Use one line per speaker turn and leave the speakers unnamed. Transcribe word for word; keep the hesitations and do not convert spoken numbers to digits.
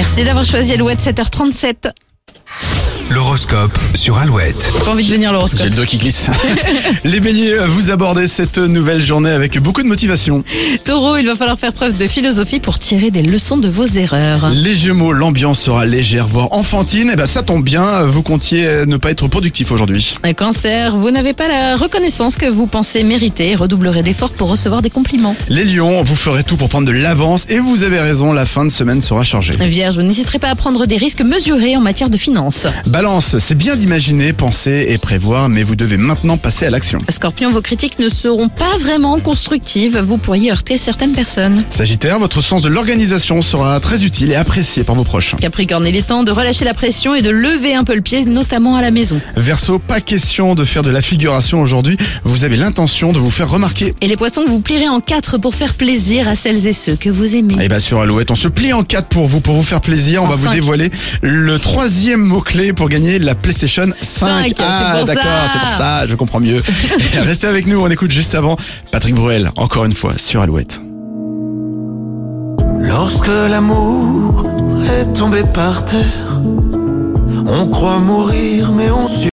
Merci d'avoir choisi Alouette, sept heures trente-sept.
L'horoscope sur Alouette.
Pas envie de venir l'horoscope.
J'ai le dos qui glisse. Les béliers, vous abordez cette nouvelle journée avec beaucoup de motivation.
Taureau, il va falloir faire preuve de philosophie pour tirer des leçons de vos erreurs.
Les gémeaux, l'ambiance sera légère, voire enfantine. Et ben ça tombe bien, vous comptiez ne pas être productif aujourd'hui.
Cancer, vous n'avez pas la reconnaissance que vous pensez mériter et redoublerez d'efforts pour recevoir des compliments.
Les lions, vous ferez tout pour prendre de l'avance et vous avez raison, la fin de semaine sera chargée.
Vierge, vous n'hésiterez pas à prendre des risques mesurés en matière de finances.
Balance, c'est bien d'imaginer, penser et prévoir, mais vous devez maintenant passer à l'action.
Scorpion, vos critiques ne seront pas vraiment constructives, vous pourriez heurter certaines personnes.
Sagittaire, votre sens de l'organisation sera très utile et apprécié par vos proches.
Capricorne, il est temps de relâcher la pression et de lever un peu le pied, notamment à la maison.
Verseau, pas question de faire de la figuration aujourd'hui, vous avez l'intention de vous faire remarquer.
Et les poissons, vous plierez en quatre pour faire plaisir à celles et ceux que vous aimez.
Et bien sur Alouette, on se plie en quatre pour vous, pour vous faire plaisir. On
En
va vous
cinq.
dévoiler le troisième mot-clé pour gagner la PlayStation cinq.
Cinq,
Ah
c'est pour
d'accord,
ça.
c'est pour ça, je comprends mieux. Restez avec nous, on écoute juste avant Patrick Bruel, encore une fois sur Alouette.
Lorsque l'amour est tombé par terre, on croit mourir mais on